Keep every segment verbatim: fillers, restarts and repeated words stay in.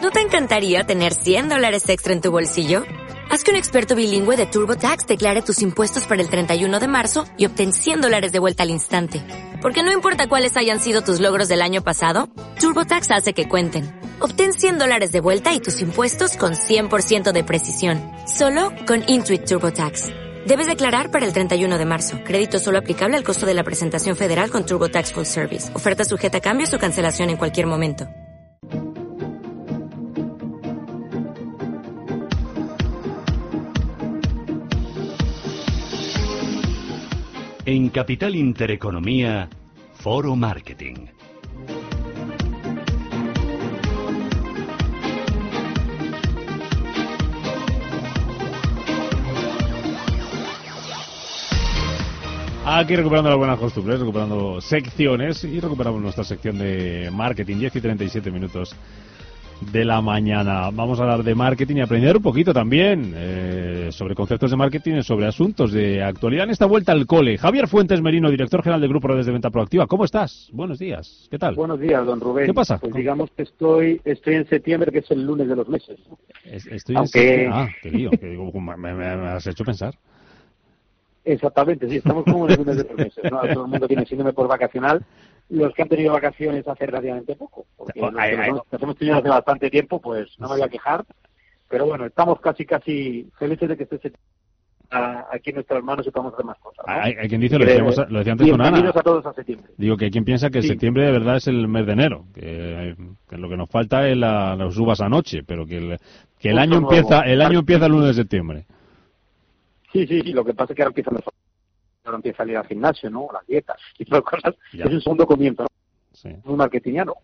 ¿No te encantaría tener cien dólares extra en tu bolsillo? Haz que un experto bilingüe de TurboTax declare tus impuestos para el treinta y uno de marzo y obtén cien dólares de vuelta al instante. Porque no importa cuáles hayan sido tus logros del año pasado, TurboTax hace que cuenten. Obtén cien dólares de vuelta y tus impuestos con cien por ciento de precisión. Solo con Intuit TurboTax. Debes declarar para el treinta y uno de marzo. Crédito solo aplicable al costo de la presentación federal con TurboTax Full Service. Oferta sujeta a cambios o cancelación en cualquier momento. En Capital Intereconomía, Foro Marketing. Aquí recuperando las buenas costumbres, recuperando secciones y recuperamos nuestra sección de marketing, diez y treinta y siete minutos de la mañana. Vamos a hablar de marketing y aprender un poquito también eh, sobre conceptos de marketing y sobre asuntos de actualidad en esta vuelta al cole. Javier Fuentes Merino, director general del Grupo Redes de Venta Proactiva. ¿Cómo estás? Buenos días. ¿Qué tal? Buenos días, don Rubén. ¿Qué pasa? Pues digamos que estoy estoy en septiembre, que es el lunes de los meses. Es, estoy Aunque... en septiembre. Ah, qué lío. Que, me, me, me has hecho pensar. Exactamente, sí, estamos como en el lunes de los meses, ¿no? Todo el mundo tiene síndrome por vacacional. Los que han tenido vacaciones hace relativamente poco, porque los que nos, nos hemos tenido hace bastante tiempo, pues no me voy a quejar. Pero bueno, estamos casi, casi felices de que esté aquí en nuestras manos y podamos hacer más cosas, ¿no? Hay, hay quien dice, lo, decíamos, lo decía antes con Ana. Bienvenidos a todos a septiembre. Digo que hay quien piensa que sí. Septiembre de verdad es el mes de enero, que, que lo que nos falta es la, las uvas anoche, pero que el, que el año nuevo. empieza el año empieza el uno de septiembre. Sí, sí, sí, lo que pasa es que ahora empiezan los... ahora empieza a ir al gimnasio, ¿no? Las dietas y todas las cosas. Ya. Es un segundo comienzo, ¿no? Sí. Muy marketingiano.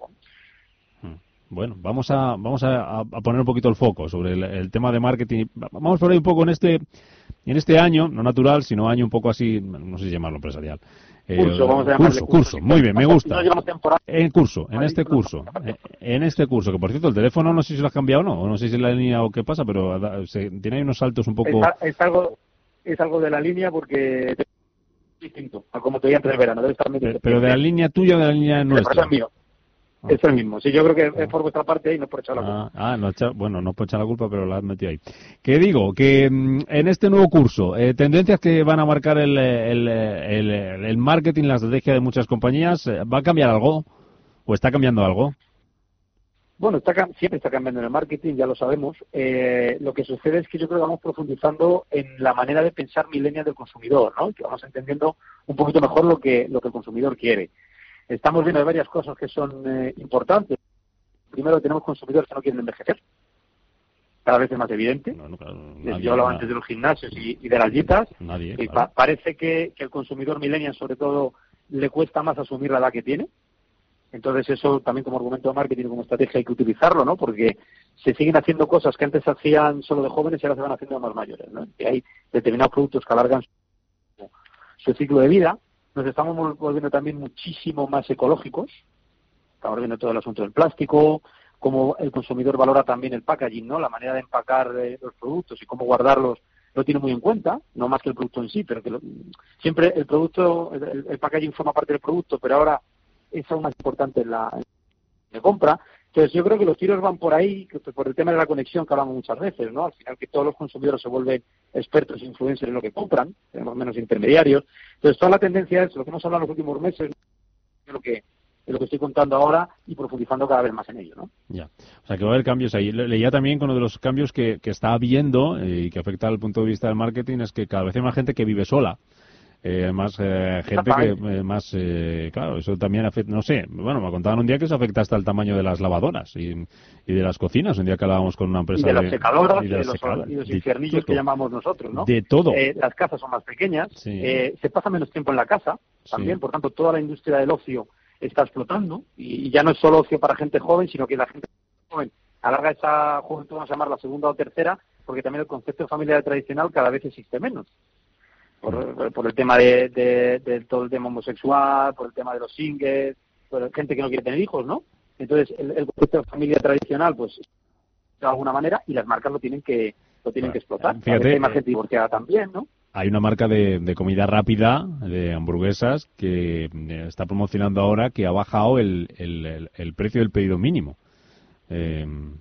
Bueno, vamos a vamos a, a poner un poquito el foco sobre el, el tema de marketing. Vamos por ahí un poco en este en este año, no natural, sino año un poco así, no sé si llamarlo empresarial. Curso, eh, vamos a curso, curso, curso, muy bien, me gusta. No llevamos temporada. En curso, en este curso, en este curso, que por cierto el teléfono no sé si lo has cambiado o no, o no sé si es la línea o qué pasa, pero se, tiene ahí unos saltos un poco... Es, es algo es algo de la línea porque es distinto a como te veía antes del verano. Debe estar pero, pero de la línea tuya o de la línea nuestra. Es mío. Ah. Es el mismo. Sí, yo creo que es por vuestra parte y no por echar la culpa. Ah, ah no echa, bueno, no por echar la culpa, pero la has metido ahí. Que digo, que mm, en este nuevo curso, eh, tendencias que van a marcar el, el, el, el marketing, la estrategia de muchas compañías, ¿va a cambiar algo? ¿O está cambiando algo? Bueno, está, siempre está cambiando en el marketing, ya lo sabemos. Eh, lo que sucede es que yo creo que vamos profundizando en la manera de pensar millennial del consumidor, ¿no? Que vamos entendiendo un poquito mejor lo que, lo que el consumidor quiere. Estamos viendo varias cosas que son eh, importantes. Primero, tenemos consumidores que no quieren envejecer. Cada vez es más evidente. No, no, claro, nadie, Yo hablaba antes de los gimnasios y, y de las dietas. Nadie, y claro. pa parece que, que el consumidor millennial, sobre todo, le cuesta más asumir la edad que tiene. Entonces eso también como argumento de marketing, como estrategia hay que utilizarlo, ¿no? Porque se siguen haciendo cosas que antes hacían solo de jóvenes y ahora se van haciendo de más mayores, ¿no? Que hay determinados productos que alargan su, su ciclo de vida. Nos estamos volviendo también muchísimo más ecológicos. Estamos viendo todo el asunto del plástico, cómo el consumidor valora también el packaging, ¿no? La manera de empacar eh, los productos y cómo guardarlos lo tiene muy en cuenta, no más que el producto en sí, pero que lo, siempre el producto, el, el packaging forma parte del producto, pero ahora es aún más importante en la, en la compra. Entonces yo creo que los tiros van por ahí, que por el tema de la conexión que hablamos muchas veces, ¿no? Al final que todos los consumidores se vuelven expertos e influencers en lo que compran, tenemos menos intermediarios. Entonces toda la tendencia es lo que hemos hablado en los últimos meses, es lo que es lo que estoy contando ahora y profundizando cada vez más en ello, ¿no? Ya, o sea que va a haber cambios ahí. Le leía también que uno de los cambios que, que está habiendo eh, y que afecta al punto de vista del marketing es que cada vez hay más gente que vive sola. Eh, más eh, gente que eh, más eh, claro, eso también afecta, no sé, bueno, me contaban un día que eso afecta hasta el tamaño de las lavadoras y, y de las cocinas, un día que hablábamos con una empresa y de las de, secadoras y y de, de los, y los infiernillos que llamamos nosotros, ¿no? De todo. Eh, las casas son más pequeñas, sí. eh, se pasa menos tiempo en la casa también, sí. Por tanto toda la industria del ocio está explotando y, y ya no es solo ocio para gente joven, sino que la gente joven alarga esa juventud, vamos a llamar la segunda o tercera, porque también el concepto de familia tradicional cada vez existe menos. Por, por el tema de, de, de todo el tema homosexual, por el tema de los singles, por gente que no quiere tener hijos, ¿no? Entonces, el, el concepto de familia tradicional, pues, de alguna manera, y las marcas lo tienen que lo tienen que explotar. Fíjate, hay más gente divorciada también, ¿no? Hay una marca de, de comida rápida, de hamburguesas, que está promocionando ahora que ha bajado el, el, el, el precio del pedido mínimo. Eh,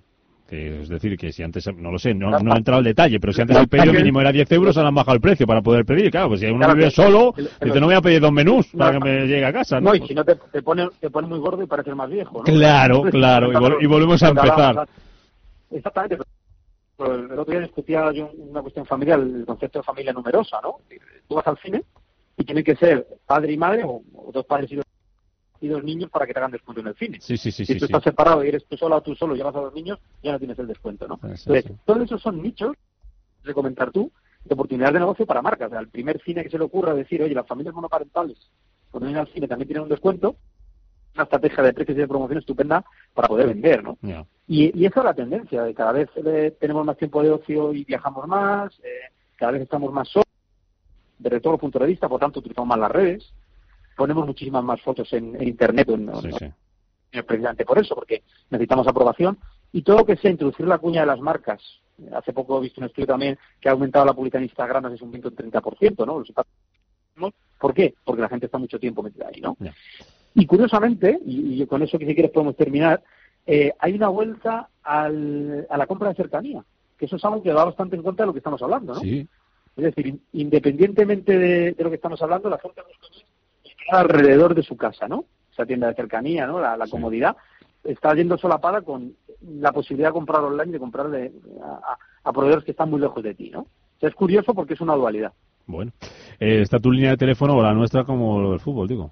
Que es decir, que si antes, no lo sé, no, no he entrado al detalle, pero si antes el pedido mínimo era diez euros, ahora han bajado el precio para poder pedir. Claro, pues si uno Claro, vive que- solo, el- el- dice, no voy a pedir dos menús No, para que me llegue a casa, ¿no? No, y si no te, te pone te pone muy gordo y pareces más viejo, ¿no? Claro, claro, y, vol- y volvemos a Lo que hablábamos empezar. antes. Exactamente. Pero el el otro día discutía yo una cuestión familiar, el concepto de familia numerosa, ¿no? Tú vas al cine y tienen que ser padre y madre, o, o dos padres y dos, y dos niños para que te hagan descuento en el cine. Sí, sí, sí, si sí. tú sí. estás separado y eres tú sola o tú solo y llevas a dos niños, ya no tienes el descuento, ¿no? Sí, sí, Entonces, sí. todos esos son nichos, de comentar tú, de oportunidades de negocio para marcas. O sea, el primer cine que se le ocurra decir, oye, las familias monoparentales, cuando vienen al cine también tienen un descuento, una estrategia de precios y de promoción estupenda para poder vender, ¿no? Ya. Y, y esa es la tendencia, de cada vez eh, tenemos más tiempo de ocio y viajamos más, eh, cada vez estamos más solos, desde todos los puntos de vista, por tanto utilizamos más las redes, ponemos muchísimas más fotos en, en Internet, en, Sí, en- sí. en- precisamente por eso, porque necesitamos aprobación, y todo lo que sea introducir la cuña de las marcas. Hace poco he visto un estudio también que ha aumentado la publicidad en Instagram, no sé si un veinte o un treinta por ciento, ¿no? Los impactos. ¿Por qué? Porque la gente está mucho tiempo metida ahí, ¿no? Ya. Y curiosamente, y, y con eso que si quieres podemos terminar, eh, hay una vuelta al, a la compra de cercanía, que eso es algo que va bastante en cuenta de lo que estamos hablando, ¿no? Sí. Es decir, in- independientemente de, de lo que estamos hablando, la gente busca estar alrededor de su casa, ¿no? Esa tienda de cercanía, ¿no? La, la Sí. comodidad está yendo solapada con la posibilidad de comprar online, de comprarle a, a- a proveedores que están muy lejos de ti, ¿no? O sea, es curioso porque es una dualidad. Bueno. Eh, ¿Está tu línea de teléfono o la nuestra como lo del fútbol, digo?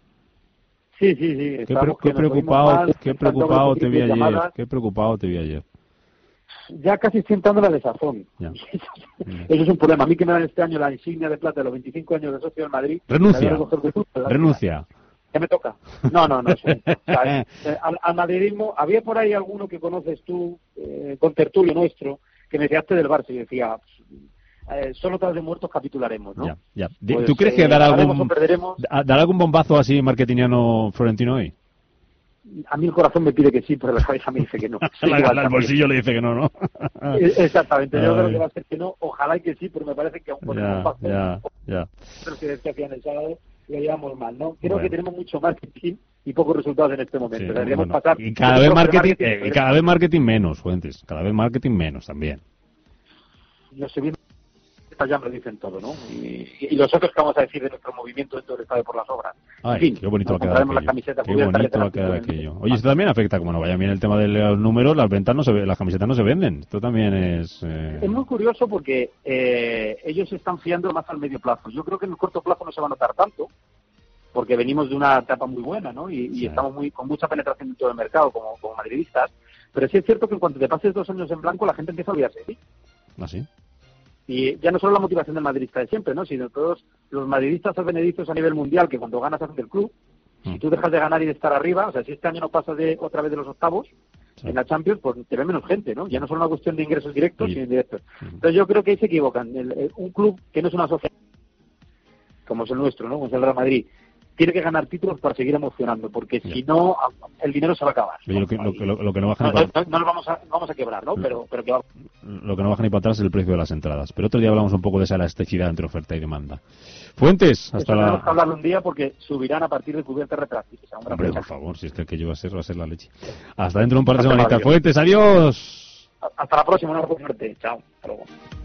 Sí, sí, sí. Qué, estamos pre- qué que nos oímos preocupado, mal, qué están preocupado dobles te vi ayer. llamadas. Qué preocupado te vi ayer. Ya casi estoy entrando en la desazón. Ya. Eso es un problema. A mí que me dan este año la insignia de plata de los veinticinco años de socio del Madrid. Renuncia. la voy a recoger de fútbol, la Renuncia. Ya me toca. No, no, no. sí. O sea, eh, al, al madridismo, había por ahí alguno que conoces tú, eh, con tertulio nuestro, que me decíaste del Barça y decía, eh, solo tras de muertos capitularemos, ¿no? Ya, ya. De- Pues, ¿Tú crees que eh, dará ganaremos algún, o perderemos. da- dará algún bombazo así marketingiano Florentino hoy? A mí el corazón me pide que sí, pero la cabeza me dice que no. Sí, La- igual la- el también. bolsillo le dice que no, ¿no? Eh, Exactamente, yo creo Ay. que va a ser que no, ojalá y que sí, pero me parece que aún ponemos Ya, un papel, ya, ya. pero que decía que en el sábado lo llevamos mal, ¿no? Creo Bueno. que tenemos mucho marketing y pocos resultados en este momento. Sí, Deberíamos bueno, pasar y cada de vez un marketing, marketing, eh, y pero cada vez marketing menos, Fuentes. Cada vez marketing menos también. los segundos ya me lo dicen todo, ¿no? Y, y los otros que vamos a decir de nuestro movimiento dentro del Estado por las obras. Ay, en fin, qué bonito va nos a quedar compraremos la aquello. camiseta Qué cubierta de bonito va a quedar tráfico. aquello. Oye, esto también afecta, como no vaya bien el tema de los números, las ventas no se ve, las camisetas no se venden. Esto también es... eh, Es muy curioso porque eh, ellos se están fiando más al medio plazo. Yo creo que en el corto plazo no se va a notar tanto, porque venimos de una etapa muy buena, ¿no? Y, y Sí. estamos muy con mucha penetración en todo el mercado como, como madridistas. Pero sí es cierto que en cuanto te pases dos años en blanco, la gente empieza a olvidarse de ti. ¿Así? Y ya no solo la motivación del madridista de siempre, ¿no? Sino todos los madridistas advenedizos a nivel mundial, que cuando ganas hacen del club, Mm. si tú dejas de ganar y de estar arriba, o sea, si este año no pasas de otra vez de los octavos Sí. en la Champions, pues te ve menos gente, ¿no? Ya no solo una cuestión de ingresos directos, Oye. sino indirectos. Mm. Entonces yo creo que ahí se equivocan. El- el- un club que no es una sociedad, como es el nuestro, ¿no? Como es el Real Madrid, tiene que ganar títulos para seguir emocionando, porque Ya. si no, a- el dinero se va a acabar. Oye, lo, que, lo, que- lo- lo que no baja No, ni para, no, no nos vamos a, no vamos a quebrar, ¿no? Pero, pero que va. lo que no baja ni para atrás es el precio de las entradas. Pero otro día hablamos un poco de esa elasticidad entre oferta y demanda. Fuentes, hasta Eso tenemos que la... hablarlo un día porque subirán a partir de cubierta retráctil. Será un gran Hombre, por mensaje. favor, si es que el que yo va a ser, va a ser la leche. Hasta dentro de un par de Hasta semanitas. maravilla. Fuentes, adiós. Hasta la próxima, un abrazo fuerte. Chao. Hasta luego.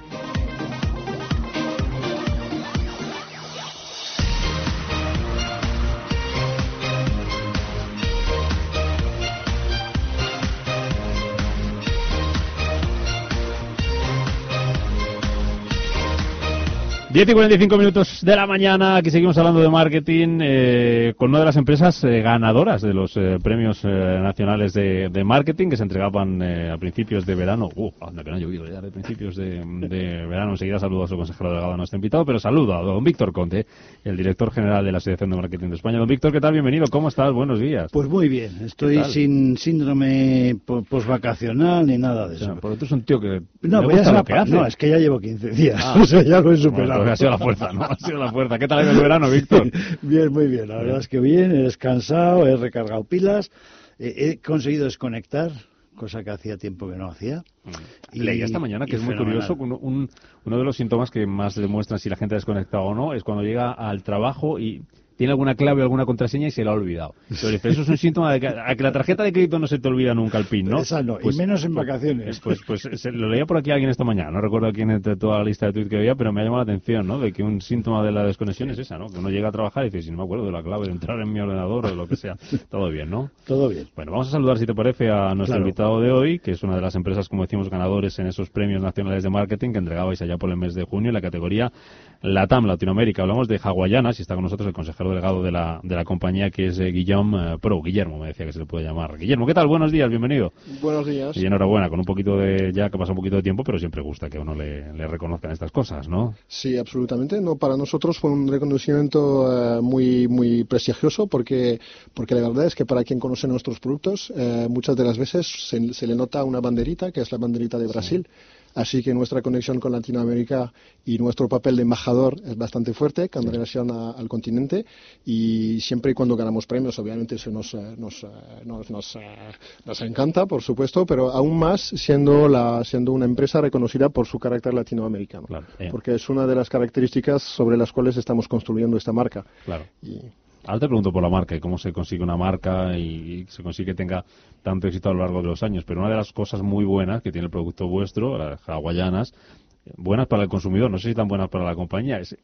diez y cuarenta y cinco minutos de la mañana, aquí seguimos hablando de marketing eh, con una de las empresas eh, ganadoras de los eh, premios eh, nacionales de, de marketing que se entregaban eh, a principios de verano. Uh, anda que no ha llovido ya de principios de, de verano. Enseguida saludo a su consejero delegado, a nuestro invitado, pero saludo a don Víctor Conte, el director general de la Asociación de Marketing de España. Don Víctor, ¿qué tal? Bienvenido. ¿Cómo estás? Buenos días. Pues muy bien, estoy ¿Qué tal? sin síndrome po- posvacacional ni nada de O sea, eso. por tú es un tío que No, le pues ya gusta se lo me que ha pa- hace. no, es que ya llevo quince días, Ah. o sea, ya lo he Bueno, superado. entonces ha sido la fuerza, ¿no? Ha sido la fuerza. ¿Qué tal el verano, Víctor? Bien, muy bien, la verdad es que bien, he descansado, he recargado pilas, eh, he conseguido desconectar, cosa que hacía tiempo que no hacía. Y- Leí esta mañana que y es muy fenomenal. curioso, uno, un- uno de los síntomas que más demuestran si la gente ha desconectado o no es cuando llega al trabajo y tiene alguna clave o alguna contraseña y se la ha olvidado. Entonces, eso es un síntoma de que, a que la tarjeta de crédito no se te olvida nunca el PIN, ¿no? Esa no, pues, y menos en vacaciones. Pues, pues, pues se, lo leía por aquí alguien esta mañana, no recuerdo a quién entre toda la lista de tweets que veía, pero me ha llamado la atención, ¿no? De que un síntoma de la desconexión es esa, ¿no? Que uno llega a trabajar y dice, si no me acuerdo de la clave de entrar en mi ordenador o de lo que sea. Todo bien, ¿no? Todo bien. Bueno, vamos a saludar, si te parece, a nuestro Claro. invitado de hoy, que es una de las empresas, como decimos, ganadores en esos premios nacionales de marketing que entregabais allá por el mes de junio en la categoría LATAM, Latinoamérica. Hablamos de Hawaianas y está con nosotros el consejero delegado de la, de la compañía, que es eh, Guillaume eh, Pro, Guillermo, me decía que se le puede llamar. Guillermo, ¿qué tal? Buenos días, bienvenido. Buenos días. Y enhorabuena, con un poquito de, ya que pasa un poquito de tiempo, pero siempre gusta que a uno le, le reconozcan estas cosas, ¿no? Sí, absolutamente. No, para nosotros fue un reconocimiento eh, muy muy prestigioso porque porque la verdad es que para quien conoce nuestros productos eh, muchas de las veces se, se le nota una banderita, que es la banderita de Brasil. Sí. Así que nuestra conexión con Latinoamérica y nuestro papel de embajador es bastante fuerte con relación a, al continente, y siempre y cuando ganamos premios, obviamente eso nos, nos, nos, nos, nos encanta, por supuesto, pero aún más siendo, la, siendo una empresa reconocida por su carácter latinoamericano, claro, eh. porque es una de las características sobre las cuales estamos construyendo esta marca. Claro. Y, Ahora te pregunto por la marca y cómo se consigue una marca y, y se consigue que tenga tanto éxito a lo largo de los años. Pero una de las cosas muy buenas que tiene el producto vuestro, las hawaianas, buenas para el consumidor, no sé si tan buenas para la compañía, es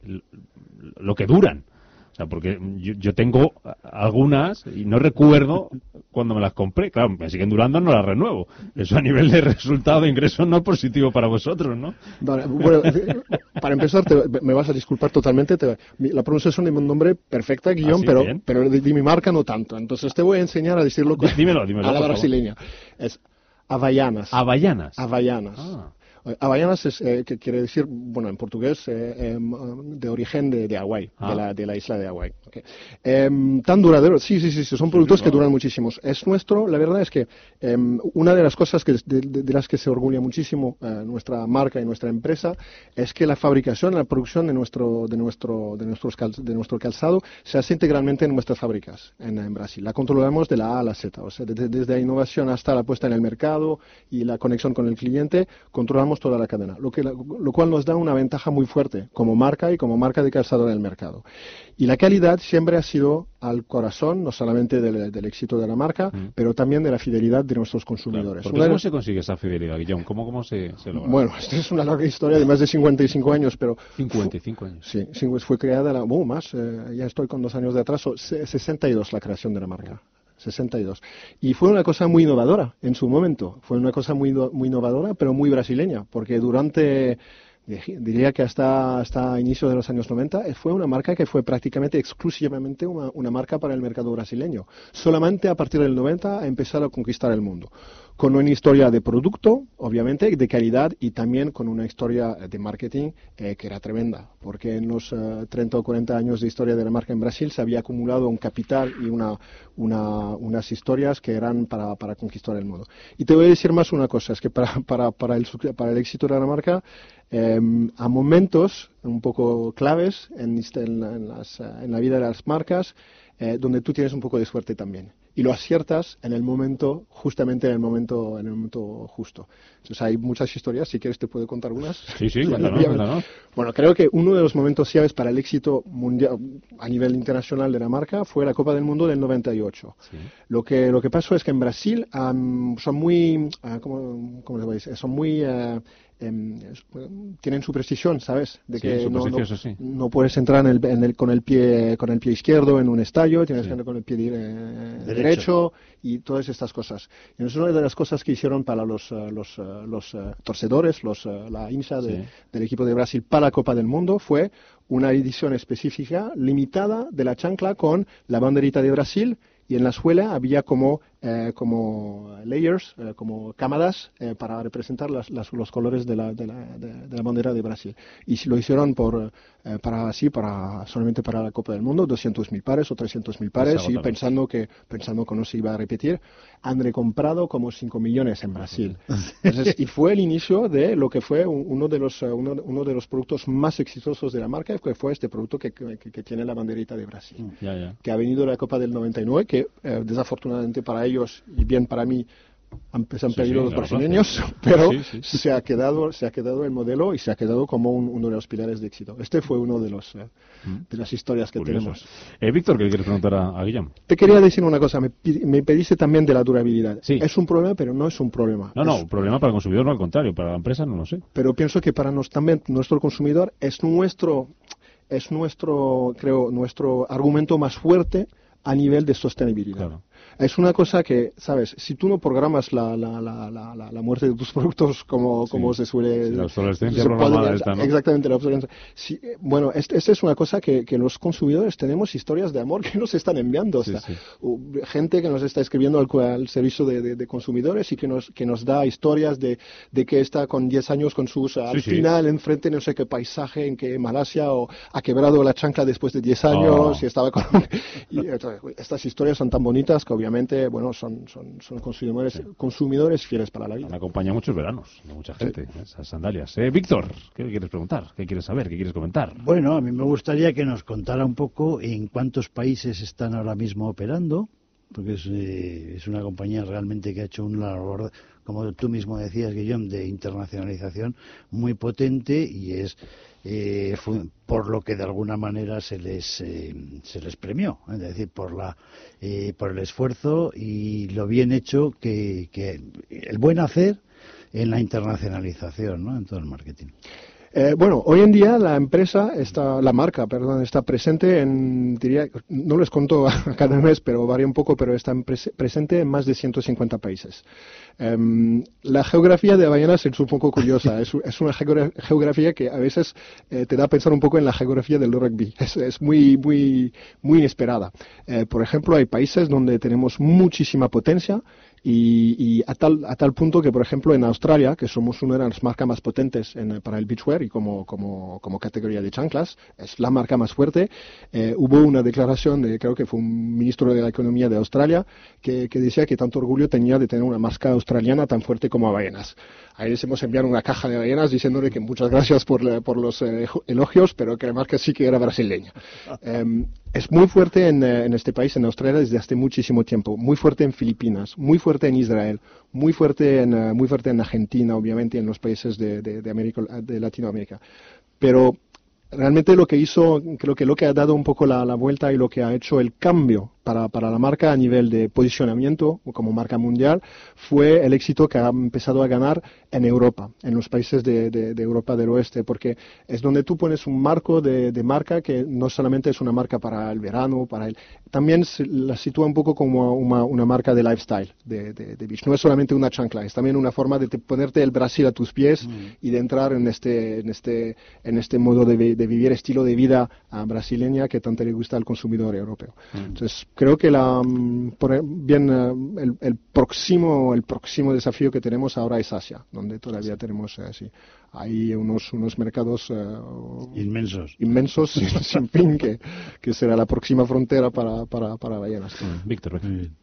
lo que duran. O sea, porque yo, yo tengo algunas y no recuerdo cuando me las compré. Claro, me siguen durando, no las renuevo. Eso a nivel de resultado de ingresos no es positivo para vosotros, ¿no? Vale, bueno, para empezar, te, me vas a disculpar totalmente. Te, la pronunciación de mi nombre perfecta, Guillaume, ¿Ah, sí? pero, pero de, de mi marca no tanto. Entonces te voy a enseñar a decirlo con, dímelo, dímelo, a la brasileña. Es Havaianas. Havaianas. Havaianas. Ah. Havaianas es, eh, que quiere decir, bueno, en portugués, eh, eh, de origen de, de Hawái, ah. de, la, de la isla de Hawái. Okay. Eh, tan duradero, sí, sí, sí, son productos sí, sí, que duran muchísimos. Es nuestro, la verdad es que eh, una de las cosas que, de, de, de las que se orgulla muchísimo eh, nuestra marca y nuestra empresa es que la fabricación, la producción de nuestro, de nuestro, de nuestros cal, de nuestro calzado se hace integralmente en nuestras fábricas en, en Brasil. La controlamos de la A a la Z, o sea, de, de, desde la innovación hasta la puesta en el mercado y la conexión con el cliente, controlamos toda la cadena, lo, que, lo cual nos da una ventaja muy fuerte como marca y como marca de calzado en el mercado. Y la calidad siempre ha sido al corazón, no solamente del, del éxito de la marca, mm. pero también de la fidelidad de nuestros consumidores. Claro. ¿Cómo de... se consigue esa fidelidad, Guillaume? ¿Cómo, cómo se, se logra? Bueno, esta es una larga historia de más de cincuenta y cinco años, pero... cincuenta y cinco años. Sí, fue creada, la, oh, más, eh, ya estoy con dos años de atraso, sesenta y dos la creación de la marca. sesenta y dos. Y fue una cosa muy innovadora en su momento. Fue una cosa muy, muy innovadora, pero muy brasileña, porque durante, diría que hasta, hasta inicio de los años noventa, fue una marca que fue prácticamente exclusivamente una, una marca para el mercado brasileño. Solamente a partir del noventa ha empezado a conquistar el mundo. Con una historia de producto, obviamente, de calidad, y también con una historia de marketing eh, que era tremenda, porque en los uh, treinta o cuarenta años de historia de la marca en Brasil se había acumulado un capital y una, una, unas historias que eran para, para conquistar el mundo. Y te voy a decir más una cosa, es que para, para, para, el, para el éxito de la marca, eh, a momentos un poco claves en, en, en, las, en la vida de las marcas, eh, donde tú tienes un poco de suerte también. Y lo aciertas en el momento, justamente en el momento, en el momento justo. Entonces hay muchas historias, si quieres te puedo contar unas. Sí, sí, cuéntanos, cuéntanos. Bueno, creo que uno de los momentos claves para el éxito mundial, a nivel internacional de la marca, fue la Copa del Mundo del noventa y ocho. Sí. Lo que, lo que pasó es que en Brasil um, son muy, uh, ¿cómo, cómo se puede decir? Son muy... Uh, Eh, tienen su precisión, ¿sabes? De sí, que no, no, sí. no puedes entrar en el, en el, con el pie con el pie izquierdo en un estadio, tienes sí. que entrar con el pie eh, derecho. derecho y todas estas cosas. Y eso es una de las cosas que hicieron para los los, los uh, torcedores, los, uh, la hincha de, sí. del equipo de Brasil para la Copa del Mundo, fue una edición específica limitada de la chancla con la banderita de Brasil. Y en la suela había como, eh, como layers, eh, como cámaras eh, para representar las, las, los colores de la, de, la, de, de la bandera de Brasil. Y si lo hicieron por, eh, para así, para, solamente para la Copa del Mundo, doscientos mil pares o trescientos mil pares, y pensando que, pensando que no se iba a repetir, han recomprado como cinco millones en Brasil. Entonces, y fue el inicio de lo que fue uno de los, uno, uno de los productos más exitosos de la marca, que fue este producto que, que, que tiene la banderita de Brasil, ya, ya. que ha venido de la Copa del noventa y nueve, que Eh, desafortunadamente para ellos y bien para mí Han, se han Sí, perdido sí, los la brasileños, verdad. pero Sí, sí, sí. se ha quedado se ha quedado el modelo y se ha quedado como un- uno de los pilares de éxito. Este fue uno de los eh, de las historias que Curioso. tenemos. Eh, Víctor, ¿qué le quieres preguntar a, a Guillem? Te quería decir una cosa, me, pi- me pediste también de la durabilidad. Sí. Es un problema, pero no es un problema. No, no, Es- problema para el consumidor, no al contrario, para la empresa no lo sé. pero pienso que para nos también nuestro consumidor es nuestro es nuestro creo nuestro argumento más fuerte a nivel de sostenibilidad. Claro. Es una cosa que, sabes, si tú no programas la, la, la, la, la, la muerte de tus productos como, Sí. como se suele... Sí, la obsolescencia se programada podría- esta, ¿no? Exactamente, la obsolescencia. Sí, eh, bueno, esta este es una cosa que, que los consumidores tenemos historias de amor que nos están enviando. O Sí, sea, sí. u- gente que nos está escribiendo al, al servicio de, de, de consumidores y que nos, que nos da historias de, de que está con diez años con sus... Al sí. final, enfrente no sé qué paisaje, en que Malasia o ha quebrado la chancla después de diez años Oh. y estaba con... y, entonces, estas historias son tan bonitas que obviamente, bueno, son, son, son consumidores, consumidores fieles para la vida. Han acompañado muchos veranos de mucha gente, esas sandalias. Eh, Víctor, ¿qué quieres preguntar? ¿Qué quieres saber? ¿Qué quieres comentar? Bueno, a mí me gustaría que nos contara un poco en cuántos países están ahora mismo operando, porque es, eh, es una compañía realmente que ha hecho un labor, como tú mismo decías, Guillem, de internacionalización muy potente y es eh, fu- por lo que de alguna manera se les eh, se les premió, es decir, por la eh, por el esfuerzo y lo bien hecho que, que el buen hacer en la internacionalización, ¿no? En todo el marketing. Eh, bueno, hoy en día la empresa, está, la marca, perdón, está presente en, diría, no les conto a cada mes, pero varía un poco, pero está en pres- presente en más de ciento cincuenta países. Em, la geografía de Havaianas es un poco curiosa, es, es una geogra- geografía que a veces eh, te da a pensar un poco en la geografía del rugby, es, es muy, muy, muy inesperada. Eh, por ejemplo, hay países donde tenemos muchísima potencia, y, y a tal a tal punto que, por ejemplo, en Australia, que somos una de las marcas más potentes en, para el beachwear y como, como, como categoría de chanclas, es la marca más fuerte, eh, hubo una declaración de, creo que fue un ministro de la Economía de Australia, que, que decía que tanto orgullo tenía de tener una marca australiana tan fuerte como Havaianas. Ahí les hemos enviado una caja de Havaianas diciéndole que muchas gracias por, la, por los eh, elogios, pero que la marca sí que era brasileña. Eh, es muy fuerte en, en este país, en Australia, desde hace muchísimo tiempo. Muy fuerte en Filipinas, muy fuerte en Israel, muy fuerte en, uh, muy fuerte en Argentina, obviamente, en los países de, de, de, América, de Latinoamérica. Pero realmente lo que hizo, creo que lo que ha dado un poco la, la vuelta y lo que ha hecho el cambio para, para la marca a nivel de posicionamiento como marca mundial fue el éxito que ha empezado a ganar en Europa, en los países de, de, de Europa del Oeste, porque es donde tú pones un marco de, de marca que no solamente es una marca para el verano, para el, también se la sitúa un poco como una, una marca de lifestyle, de, de, de beach. No es solamente una chancla, es también una forma de te, ponerte el Brasil a tus pies mm. y de entrar en este, en este, en este modo de, de vivir, estilo de vida uh, brasileña que tanto le gusta al consumidor europeo. Mm. Entonces, creo que la, por, bien, uh, el, el, próximo, el próximo desafío que tenemos ahora es Asia, donde todavía sí. tenemos uh, sí, hay unos, unos mercados uh, inmensos, inmensos sin, sin fin, que, que será la próxima frontera para, para, para ballenas. Mm, Víctor,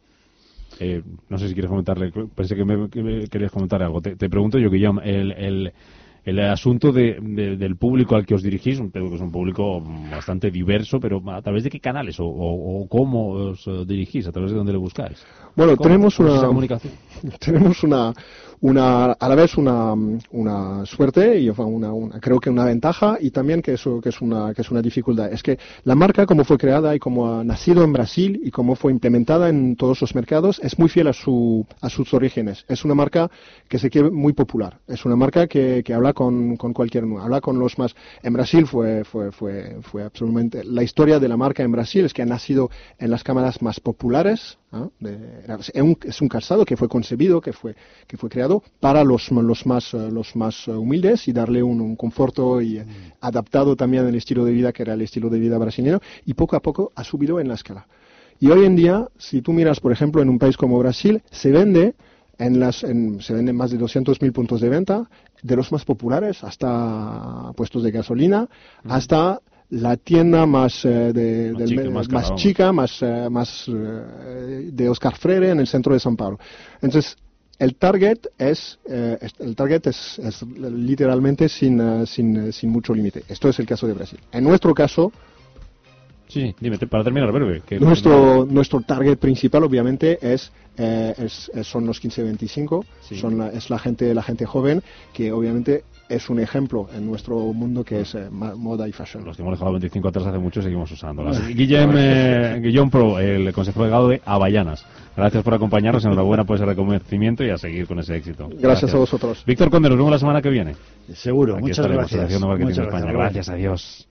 eh, no sé si quieres comentarle, pensé que me, que me querías comentar algo. Te, te pregunto yo, Guillem, el... el el asunto de, de, del público al que os dirigís, un, que es un público bastante diverso, pero ¿a través de qué canales o, o, o cómo os dirigís? ¿A través de dónde le buscáis? Bueno, ¿Cómo, tenemos cómo una es esa comunicación? Tenemos una, una a la vez una, una suerte y una, una, creo que una ventaja y también que eso que es una que es una dificultad. Es que la marca, como fue creada y como ha nacido en Brasil y como fue implementada en todos los mercados, es muy fiel a su a sus orígenes. Es una marca que se quiere muy popular. Es una marca que, que habla con, con cualquier uno, habla con los más. En Brasil fue fue fue fue absolutamente la historia de la marca en Brasil es que ha nacido en las cámaras más populares. ¿no? De, es, un, es un calzado que fue concebido, que fue que fue creado para los los más los más humildes y darle un, un conforto y mm. adaptado también al estilo de vida que era el estilo de vida brasileño y poco a poco ha subido en la escala. Y hoy en día, si tú miras, por ejemplo, en un país como Brasil, se vende En las, en, se venden más de doscientos mil puntos de venta, de los más populares hasta puestos de gasolina, mm. hasta la tienda más, eh, de, más, del, chica, más, más cara, chica, más, eh, más eh, de Oscar Freire en el centro de São Paulo. Entonces, el target es, eh, el target es, es literalmente sin, uh, sin, uh, sin mucho límite. Esto es el caso de Brasil. En nuestro caso, Sí, dime, para terminar, breve. Que nuestro, nuestro target principal, obviamente, es, eh, es, es son los quince a veinticinco, sí. son la, es la gente, la gente joven, que obviamente es un ejemplo en nuestro mundo que es eh, moda y fashion. Los que hemos dejado veinticinco atrás hace mucho seguimos usándolas. Guillem, eh, Guillaume Pro, el consejero delegado de Avellanas. Gracias por acompañarnos, enhorabuena por ese reconocimiento y a seguir con ese éxito. Gracias, Gracias. a vosotros. Víctor Conde, nos vemos la semana que viene. Seguro, Aquí muchas gracias. Muchas gracias. Gracias, adiós.